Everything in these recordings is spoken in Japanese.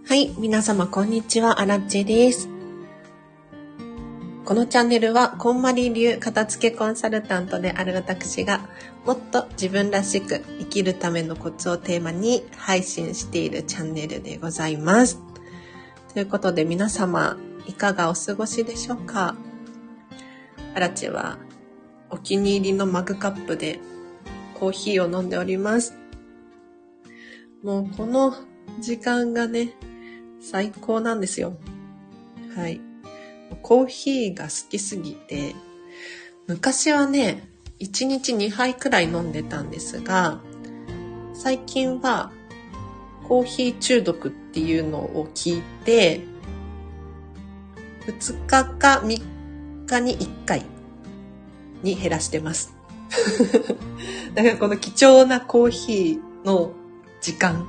はい、皆様こんにちは、アラッチェです。このチャンネルはこんまり流片付けコンサルタントである私がもっと自分らしく生きるためのコツをテーマに配信しているチャンネルでございます。ということで皆様いかがお過ごしでしょうか。アラッチェはお気に入りのマグカップでコーヒーを飲んでおります。もうこの時間がね、最高なんですよ。はい。コーヒーが好きすぎて、昔はね、1日2杯くらい飲んでたんですが、最近はコーヒー中毒っていうのを聞いて、2日か3日に1回に減らしてます。だからこの貴重なコーヒーの時間、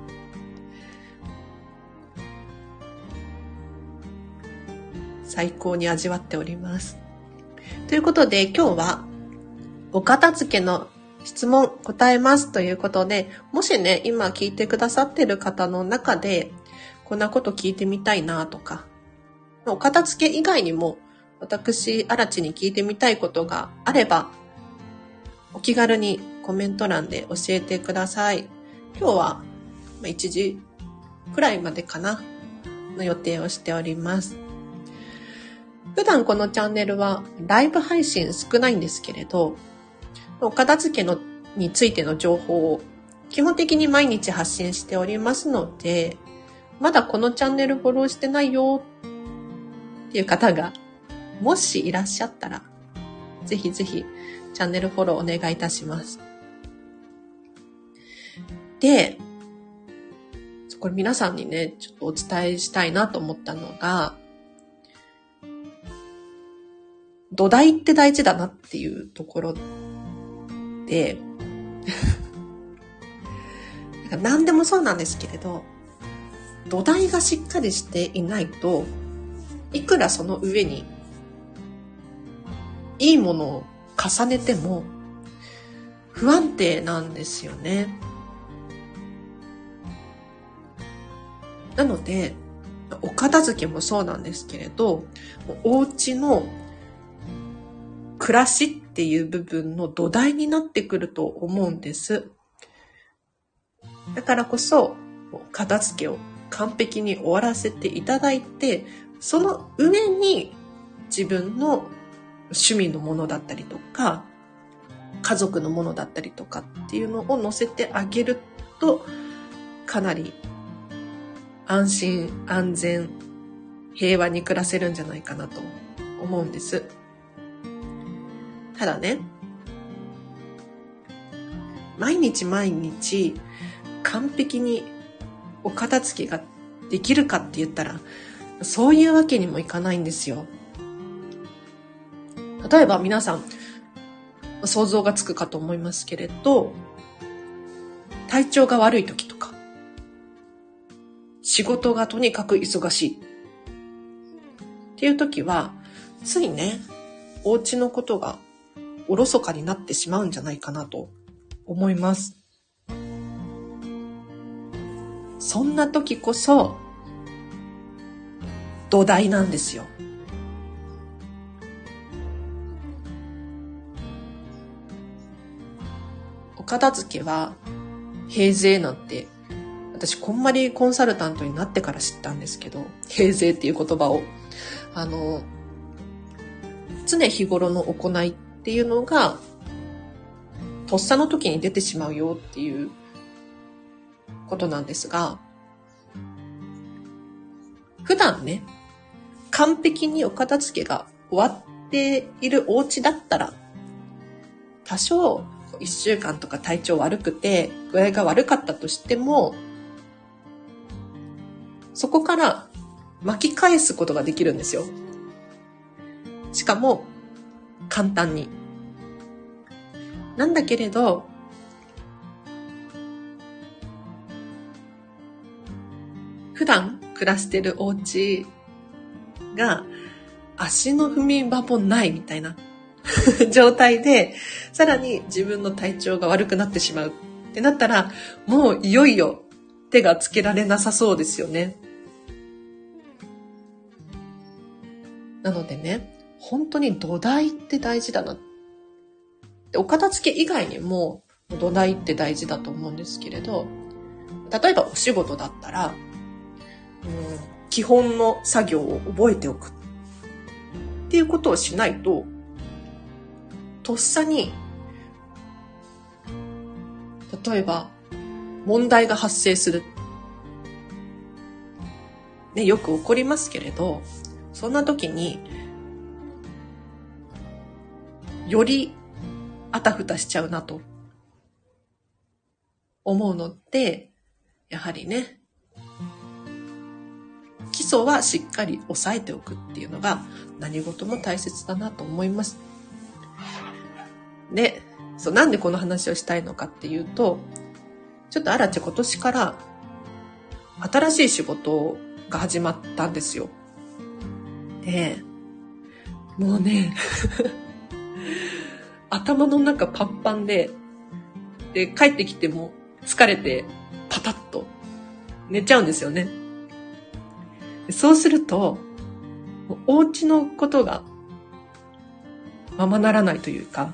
最高に味わっております。ということで今日はお片付けの質問答えますということで、もしね、今聞いてくださってる方の中でこんなこと聞いてみたいなとか、お片付け以外にも私、アラチに聞いてみたいことがあれば、お気軽にコメント欄で教えてください。今日は1時くらいまでかなの予定をしております。普段このチャンネルはライブ配信少ないんですけれど、お片付けについての情報を基本的に毎日発信しておりますので、まだこのチャンネルフォローしてないよっていう方がもしいらっしゃったら、ぜひぜひチャンネルフォローお願いいたします。で、これ皆さんにね、ちょっとお伝えしたいなと思ったのが、土台って大事だなっていうところで、何でもそうなんですけれど、土台がしっかりしていないと、いくらその上にいいものを重ねても不安定なんですよね。なので、お片付けもそうなんですけれど、お家の暮らしっていう部分の土台になってくると思うんです。だからこそ、片付けを完璧に終わらせていただいて、その上に自分の趣味のものだったりとか、家族のものだったりとかっていうのを乗せてあげると、かなり安心安全平和に暮らせるんじゃないかなと思うんです。ただね、毎日完璧にお片付けができるかって言ったら、そういうわけにもいかないんですよ。例えば皆さん想像がつくかと思いますけれど、体調が悪い時とか、仕事がとにかく忙しいっていう時は、ついね、お家のことがおろそかになってしまうんじゃないかなと思います。そんな時こそ土台なんですよ。お片付けは平税なんて、私こんまりコンサルタントになってから知ったんですけど、平税っていう言葉を常日頃の行いっていうのがとっさの時に出てしまうよっていうことなんですが、普段ね、完璧にお片付けが終わっているお家だったら、多少1週間とか体調悪くて具合が悪かったとしても、そこから巻き返すことができるんですよ。しかも簡単に。なんだけれど、普段暮らしてるお家が足の踏み場もないみたいな状態で、さらに自分の体調が悪くなってしまうってなったら、もういよいよ手がつけられなさそうですよね。 なのでね、本当に土台って大事だな。で、お片付け以外にも土台って大事だと思うんですけれど、例えばお仕事だったら、基本の作業を覚えておくっていうことをしないと、とっさに、例えば問題が発生する。ね、よく起こりますけれど、そんな時に、よりあたふたしちゃうなと思うので、やはりね、基礎はしっかり押さえておくっていうのが何事も大切だなと思います。で、なんでこの話をしたいのかっていうと、ちょっとアラチェ今年から新しい仕事が始まったんですよ。で、もうね、頭の中パンパンで、帰ってきても疲れてパタッと寝ちゃうんですよね。そうすると、お家のことがままならないというか、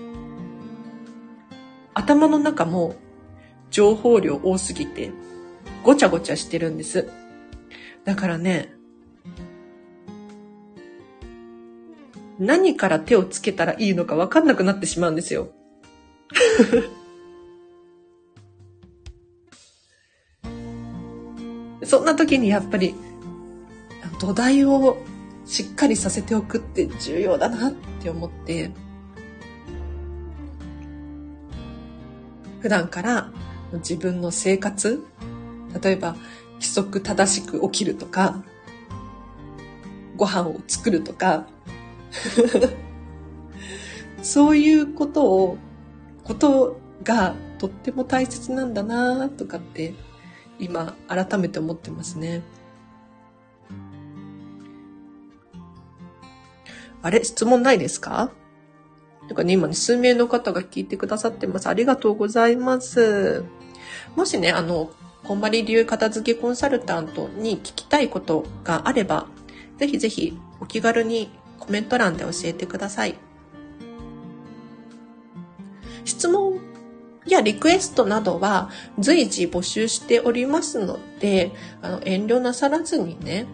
頭の中も情報量多すぎてごちゃごちゃしてるんです。だからね、何から手をつけたらいいのか分かんなくなってしまうんですよ。そんな時にやっぱり土台をしっかりさせておくって重要だなって思って、普段から自分の生活、例えば規則正しく起きるとか、ご飯を作るとかそういうことがとっても大切なんだなとかって今改めて思ってますね。あれ、質問ないですか？とかね、今ね、数名の方が聞いてくださってます。ありがとうございます。もしね、こんまり流片付けコンサルタントに聞きたいことがあれば、ぜひぜひお気軽にコメント欄で教えてください。質問やリクエストなどは随時募集しておりますので、遠慮なさらずにね、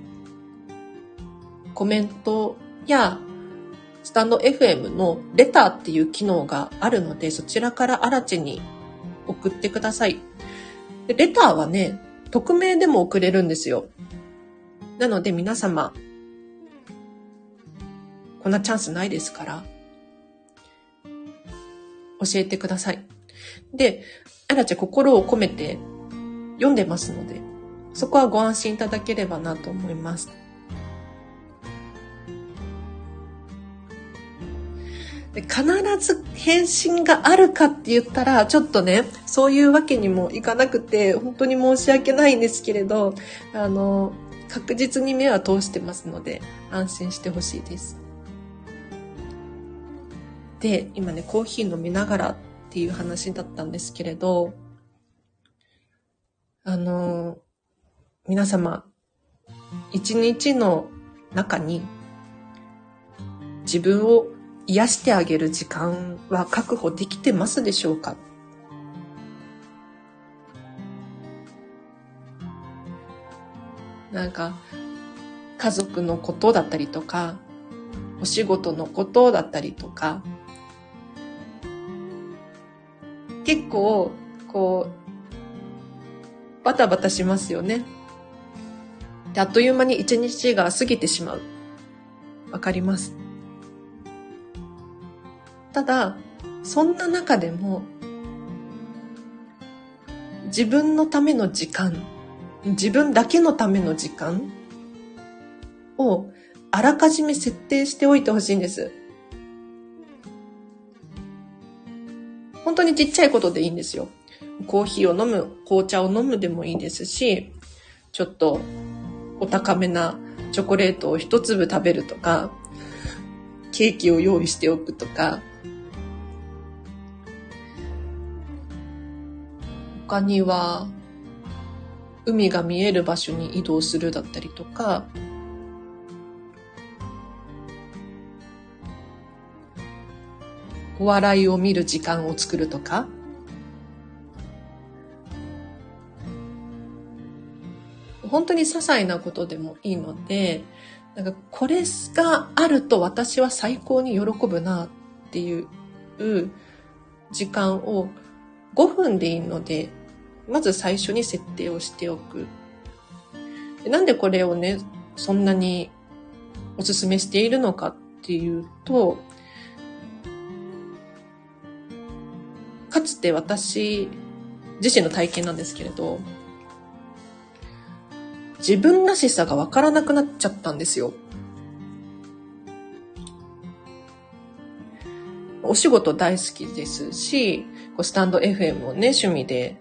コメントやスタンド FM のレターっていう機能があるので、そちらからアラチに送ってください。でレターはね、匿名でも送れるんですよ。なので皆様、こんなチャンスないですから、教えてください。で、アラチェ心を込めて読んでますので、そこはご安心いただければなと思います。で、必ず返信があるかって言ったら、ちょっとね、そういうわけにもいかなくて、本当に申し訳ないんですけれど、確実に目は通してますので、安心してほしいです。で、今ね、コーヒー飲みながらっていう話だったんですけれど、皆様、一日の中に自分を癒してあげる時間は確保できてますでしょうか？なんか、家族のことだったりとか、お仕事のことだったりとか、結構、バタバタしますよね。で、あっという間に一日が過ぎてしまう。わかります。ただ、そんな中でも、自分のための時間、自分だけのための時間をあらかじめ設定しておいてほしいんです。本当にちっちゃいことでいいんですよ。コーヒーを飲む、紅茶を飲むでもいいですし、ちょっとお高めなチョコレートを一粒食べるとか、ケーキを用意しておくとか、他には海が見える場所に移動するだったりとか、 お笑いを見る時間を作るとか、本当に些細なことでもいいので、なんかこれがあると私は最高に喜ぶなっていう時間を5分でいいので、まず最初に設定をしておく。なんでこれをね、そんなにおすすめしているのかっていうと、かつて私自身の体験なんですけれど、自分らしさがわからなくなっちゃったんですよ。お仕事大好きですし、スタンド FM をね、趣味で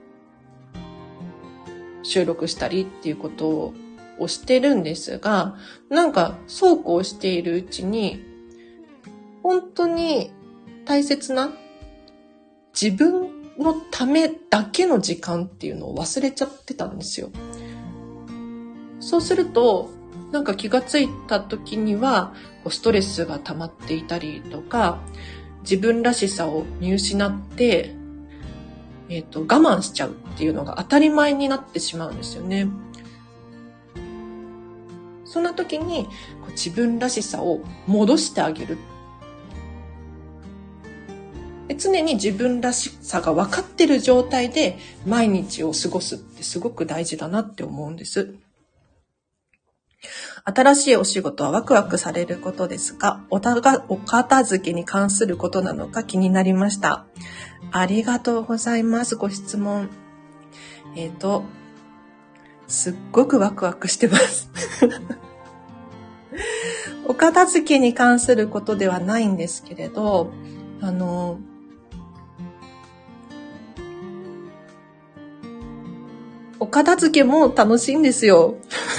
収録したりっていうことをしてるんですが、なんかそうこうしているうちに、本当に大切な自分のためだけの時間っていうのを忘れちゃってたんですよ。そうすると、なんか気がついた時には、ストレスが溜まっていたりとか、自分らしさを見失って、我慢しちゃうっていうのが当たり前になってしまうんですよね。そんな時に自分らしさを戻してあげる。常に自分らしさが分かっている状態で毎日を過ごすってすごく大事だなって思うんです。新しいお仕事はワクワクされることですが、お片付けに関することなのか気になりました。ありがとうございます。ご質問。すっごくワクワクしてます。お片付けに関することではないんですけれど、お片付けも楽しいんですよ。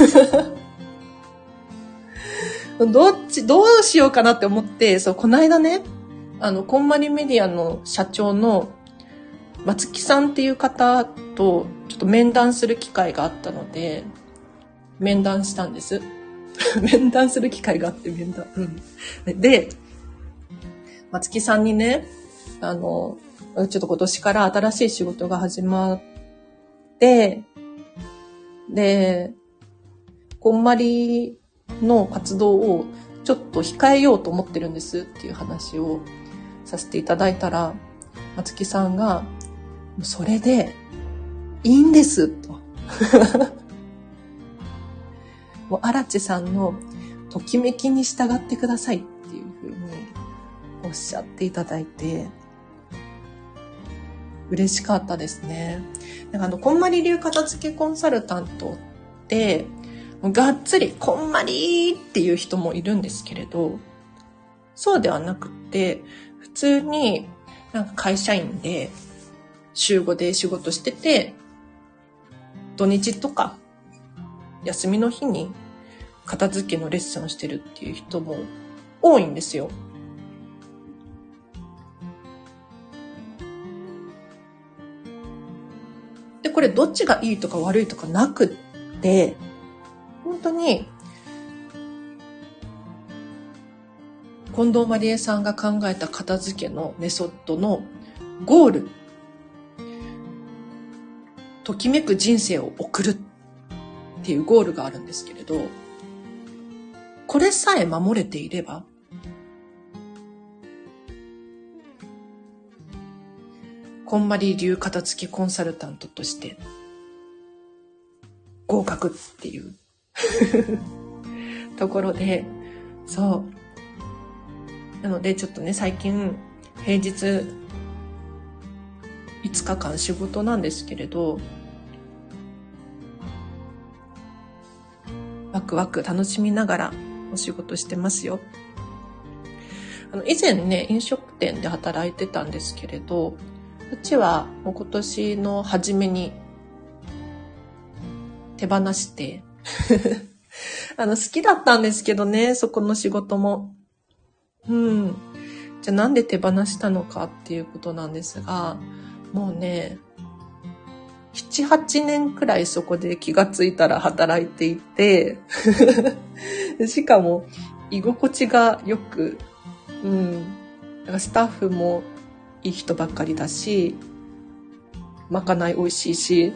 どうしようかなって思って、この間ね、こんまりメディアの社長の松木さんっていう方とちょっと面談する機会があったので、面談したんです。面談する機会があってで、松木さんにね、ちょっと今年から新しい仕事が始まって、で、こんまりの活動をちょっと控えようと思ってるんですっていう話をさせていただいたら、松木さんが、それでいいんですと。もう荒地さんのときめきに従ってくださいっていうふうにおっしゃっていただいて、嬉しかったですね。なんかこんまり流片付けコンサルタントって、がっつりこんまりっていう人もいるんですけれど、そうではなくて、普通になんか会社員で週5で仕事してて、土日とか休みの日に片付けのレッスンをしてるっていう人も多いんですよ。で、これどっちがいいとか悪いとかなくって、本当に近藤まりえさんが考えた片付けのメソッドのゴール、ときめく人生を送るっていうゴールがあるんですけれど、これさえ守れていれば、こんまり流片付けコンサルタントとして合格っていうところで、なのでちょっとね、最近平日5日間仕事なんですけれど、ワクワク楽しみながらお仕事してますよ。以前ね、飲食店で働いてたんですけれど、うちはもう今年の初めに手放して好きだったんですけどね、そこの仕事も。じゃあなんで手放したのかっていうことなんですが、もうね、7、8年くらいそこで気がついたら働いていてしかも居心地がよく、スタッフもいい人ばっかりだし、まかない美味しいし、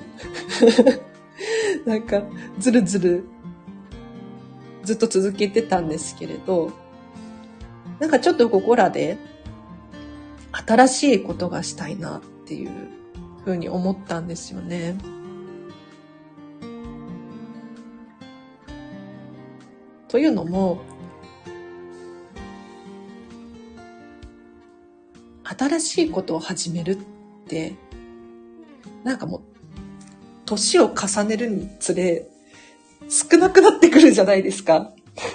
なんかずるずるずっと続けてたんですけれど、なんかちょっとここらで新しいことがしたいなっていうふうに思ったんですよね。というのも、新しいことを始めるって、なんかもう、年を重ねるにつれ、少なくなってくるじゃないですか。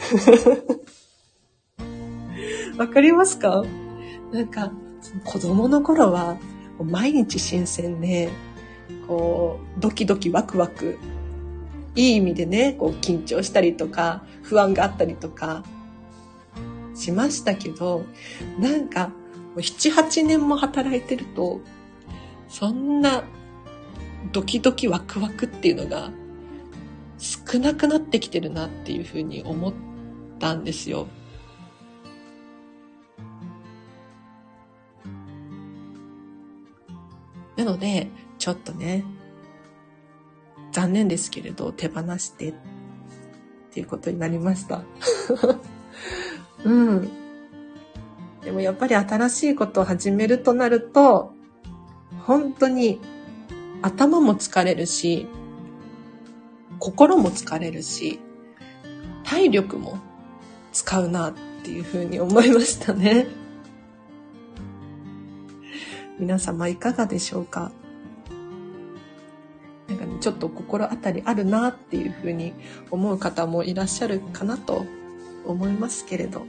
わかりますか？なんか、子供の頃は、毎日新鮮で、こう、ドキドキワクワク、いい意味でね、こう緊張したりとか、不安があったりとか、しましたけど、なんか、7、8年も働いてると、そんな、ドキドキワクワクっていうのが、少なくなってきてるなっていうふうに思ったんですよ。なので、ちょっとね、残念ですけれど、手放してっていうことになりました。うん。でもやっぱり新しいことを始めるとなると、本当に頭も疲れるし、心も疲れるし、体力も使うなっていうふうに思いましたね。皆様いかがでしょうか？なんかね、ちょっと心当たりあるなっていうふうに思う方もいらっしゃるかなと思いますけれど。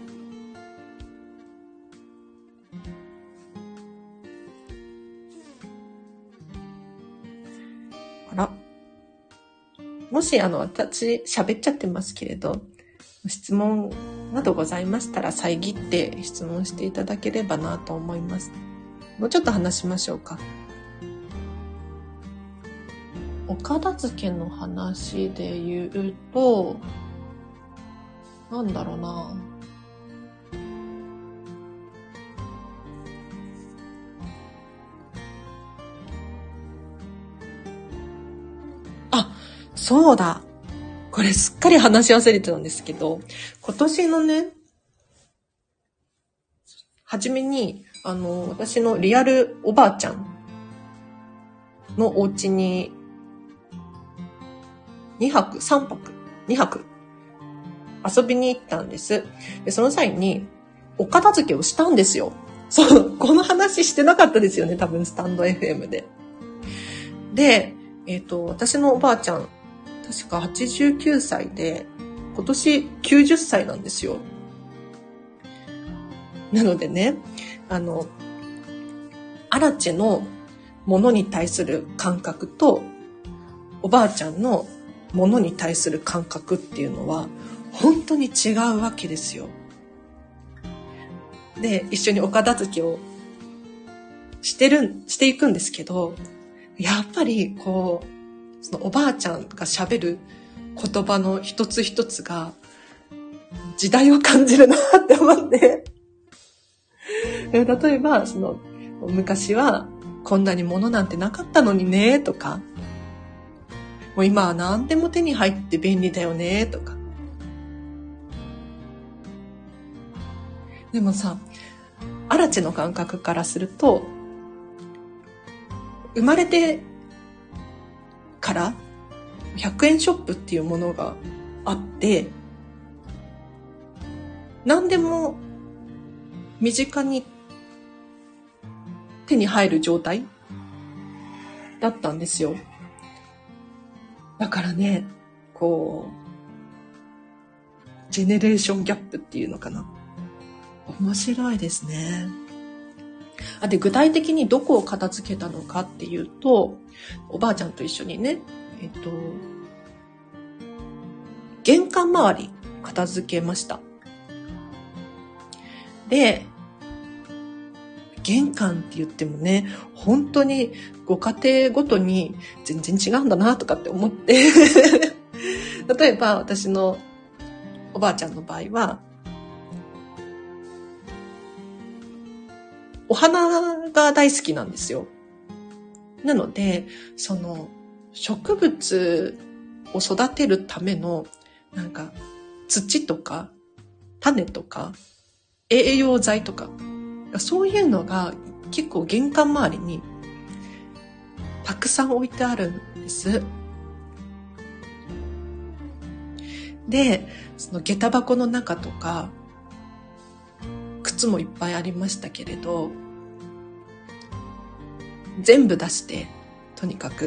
あら。もし私喋っちゃってますけれど、質問などございましたら遮って質問していただければなと思います。もうちょっと話しましょうか。お片付けの話で言うと、なんだろうな。あ、そうだ。これすっかり話し忘れてたんですけど、今年のね、初めに、私のリアルおばあちゃんのお家に2泊遊びに行ったんです。で、その際にお片付けをしたんですよ。そう、この話してなかったですよね、多分スタンド FM で。で、私のおばあちゃん、確か89歳で、今年90歳なんですよ。なのでね、アラチェのものに対する感覚と、おばあちゃんのものに対する感覚っていうのは、本当に違うわけですよ。で、一緒にお片付けをしていくんですけど、やっぱりそのおばあちゃんが喋る言葉の一つ一つが時代を感じるなって思って。例えば、昔はこんなに物なんてなかったのにね、とか、もう今は何でも手に入って便利だよね、とか。でもさ、アラチェの感覚からすると、生まれてから100円ショップっていうものがあって、何でも身近に手に入る状態だったんですよ。だからね、ジェネレーションギャップっていうのかな。面白いですね。で、具体的にどこを片付けたのかっていうと、おばあちゃんと一緒にね、玄関周り片付けました。で、玄関って言ってもね、本当にご家庭ごとに全然違うんだなとかって思って例えば私のおばあちゃんの場合は、 お花が大好きなんですよ。なので、その植物を育てるためのなんか土とか種とか栄養剤とかそういうのが結構玄関周りにたくさん置いてあるんです。で、その下駄箱の中とか靴もいっぱいありましたけれど、全部出して、とにかく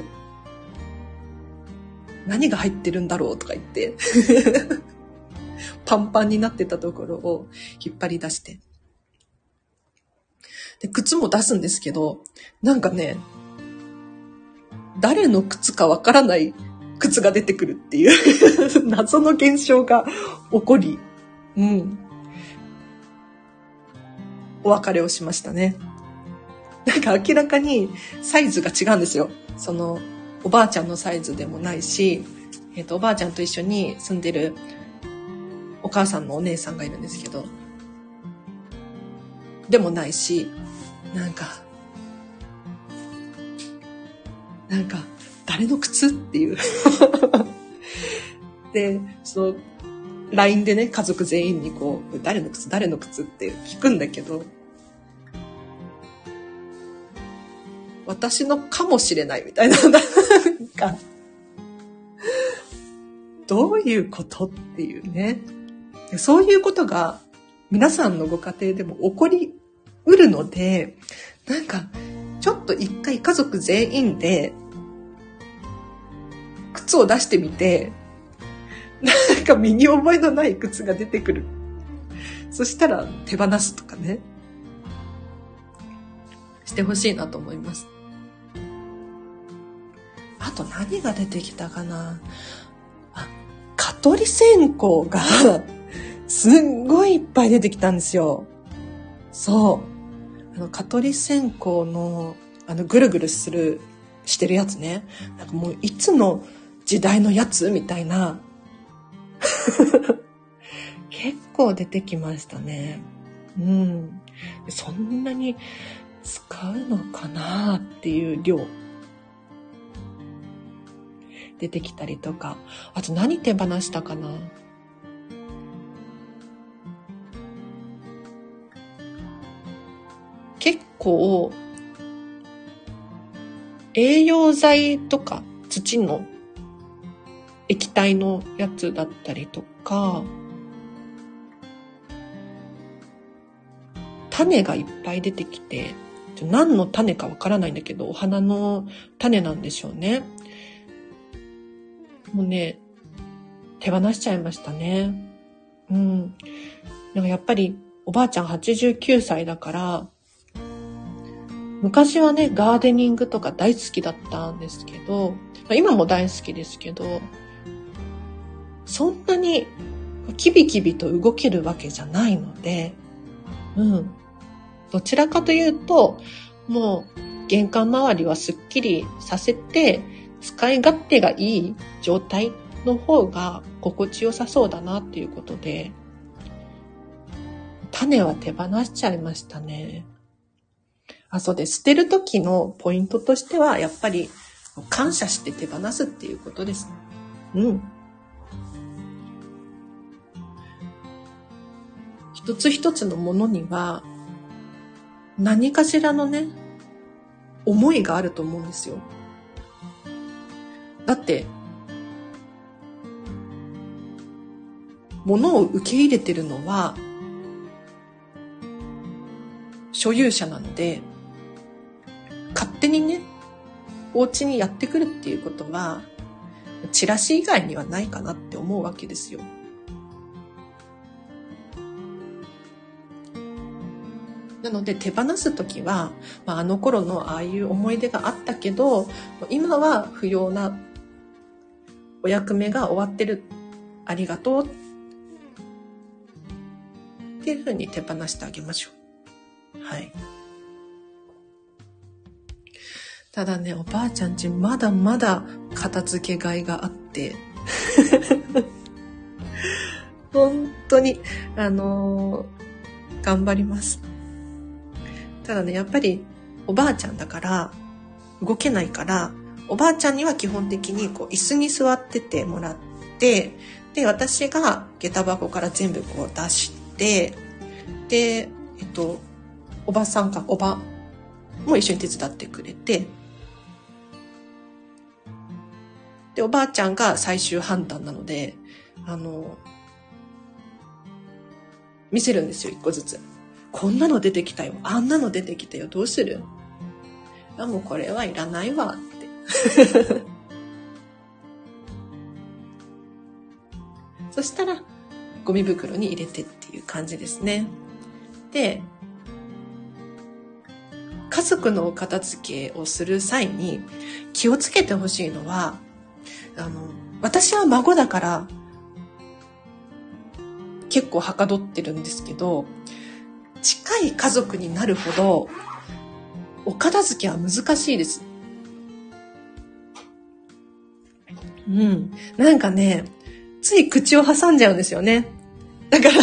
何が入ってるんだろうとか言ってパンパンになってたところを引っ張り出して、で靴も出すんですけど、なんかね、誰の靴かわからない靴が出てくるっていう謎の現象が起こり、お別れをしましたね。なんか明らかにサイズが違うんですよ。そのおばあちゃんのサイズでもないし、おばあちゃんと一緒に住んでるお母さんのお姉さんがいるんですけど、でもないし、なんか誰の靴っていうで、その LINE でね、家族全員にこう誰の靴って聞くんだけど、私のかもしれないみたいな、なんかどういうことっていうね。そういうことが皆さんのご家庭でも起こりうるので、なんかちょっと一回家族全員で靴を出してみて、なんか身に覚えのない靴が出てくる。そしたら手放すとかね、してほしいなと思います。あと何が出てきたかな。蚊取り線香がすんごいいっぱい出てきたんですよ。そう。蚊取り線香のぐるぐるしてるやつね。なんかもういつの時代のやつみたいな結構出てきましたね。そんなに使うのかなっていう量出てきたりとか、あと何手放したかな。結構栄養剤とか土の液体のやつだったりとか、種がいっぱい出てきて、何の種かわからないんだけど、お花の種なんでしょうね。もうね、手放しちゃいましたね。なんかやっぱりおばあちゃん89歳だから、昔はね、ガーデニングとか大好きだったんですけど、今も大好きですけど、そんなにキビキビと動けるわけじゃないので、どちらかというと、もう玄関周りはすっきりさせて、使い勝手がいい状態の方が心地よさそうだなっていうことで、種は手放しちゃいましたね。そうです。捨てる時のポイントとしては、やっぱり感謝して手放すっていうことです。一つ一つのものには何かしらのね、思いがあると思うんですよ。だって物を受け入れてるのは所有者なので、勝手にね、お家にやってくるっていうことはチラシ以外にはないかなって思うわけですよ。なので手放すときは、あの頃のああいう思い出があったけど、今は不要なお役目が終わってる、ありがとうっていうふうに手放してあげましょう。はい。ただね、おばあちゃんちまだまだ片付けがいがあって本当に頑張ります。 ただね、やっぱりおばあちゃんだから動けないから、おばあちゃんには基本的にこう椅子に座っててもらって、で、私が下駄箱から全部こう出して、で、おばも一緒に手伝ってくれて、で、おばあちゃんが最終判断なので、見せるんですよ、一個ずつ。こんなの出てきたよ。あんなの出てきたよ。どうする？もうこれはいらないわって。そしたら、ゴミ袋に入れてっていう感じですね。で、家族のお片付けをする際に気をつけてほしいのは、私は孫だから結構はかどってるんですけど、近い家族になるほどお片付けは難しいです。なんかね、つい口を挟んじゃうんですよね。だから、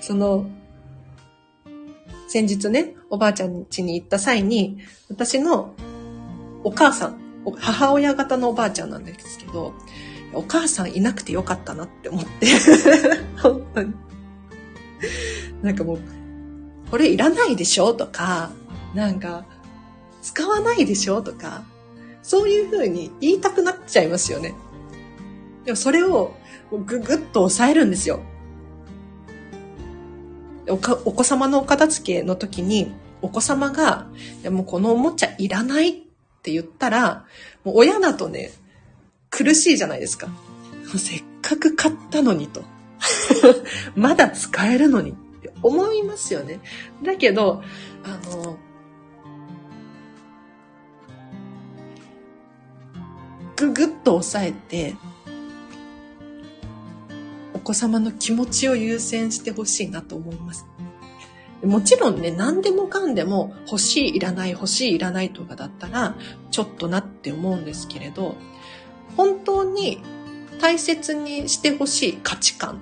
先日ね、おばあちゃん家に行った際に、私のお母さん、母親方のおばあちゃんなんですけど、お母さんいなくてよかったなって思って。本当に。なんかもう、これいらないでしょとか、なんか、使わないでしょとか、そういう風に言いたくなっちゃいますよね。でもそれをぐぐっと抑えるんですよ。お子様のお片付けの時に、お子様が、いやもうこのおもちゃいらないって言ったら、もう親だとね、苦しいじゃないですか。せっかく買ったのにと。まだ使えるのにって思いますよね。だけど、ぐぐっと抑えて、お子様の気持ちを優先してほしいなと思います。もちろんね、何でもかんでも欲しいいらない欲しいいらないとかだったらちょっとなって思うんですけれど、本当に大切にしてほしい価値観、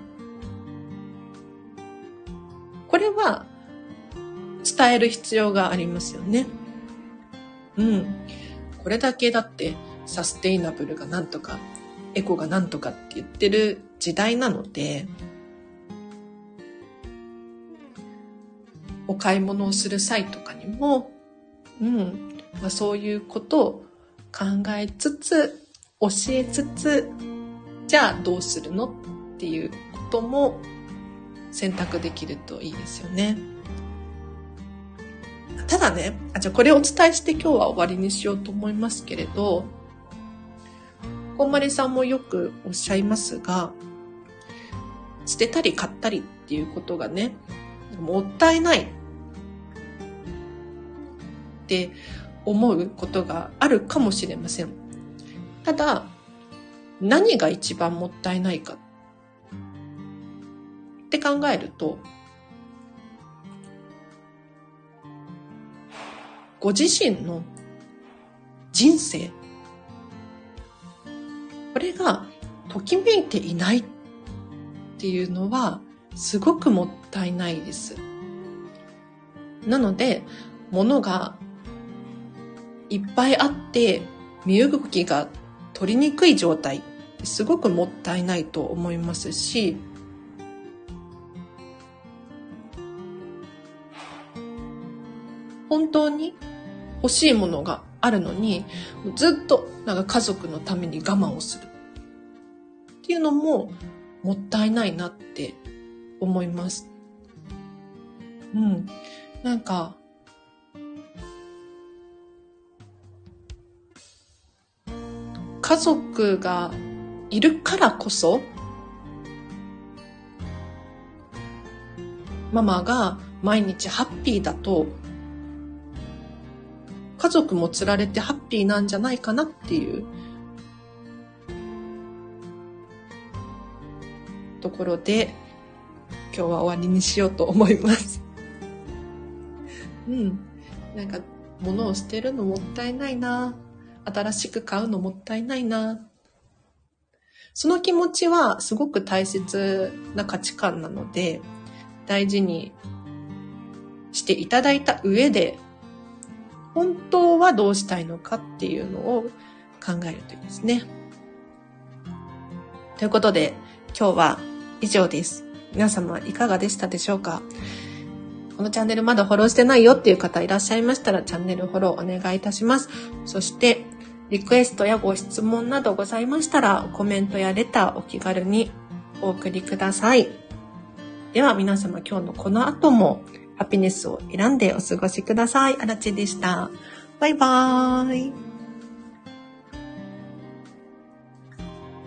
これは伝える必要がありますよね。これだけだってサステイナブルがなんとかエコがなんとかって言ってる時代なので、お買い物をする際とかにも、そういうことを考えつつ、教えつつ、じゃあどうするのっていうことも選択できるといいですよね。ただね、じゃあこれをお伝えして今日は終わりにしようと思いますけれど、こんまりさんもよくおっしゃいますが、捨てたり買ったりっていうことがね、もったいないって思うことがあるかもしれません。ただ、何が一番もったいないかって考えると、ご自身の人生、これがときめいていないっていうのはすごくもったいないです。なので、物がいっぱいあって身動きが取りにくい状態ってすごくもったいないと思いますし、本当に欲しいものがあるのにずっとなんか家族のために我慢をするっていうのももったいないなって思います。なんか家族がいるからこそ、ママが毎日ハッピーだと家族もつられてハッピーなんじゃないかなっていうところで今日は終わりにしようと思います。なんか物を捨てるのもったいないな、新しく買うのもったいないな、その気持ちはすごく大切な価値観なので大事にしていただいた上で、 本当はどうしたいのかっていうのを考えるといいですね。ということで、今日は以上です。皆様いかがでしたでしょうか？このチャンネルまだフォローしてないよっていう方いらっしゃいましたら、チャンネルフォローお願いいたします。そして、リクエストやご質問などございましたら、コメントやレターお気軽にお送りください。では皆様今日のこの後もハピネスを選んでお過ごしください。あらちでした。バイバーイ。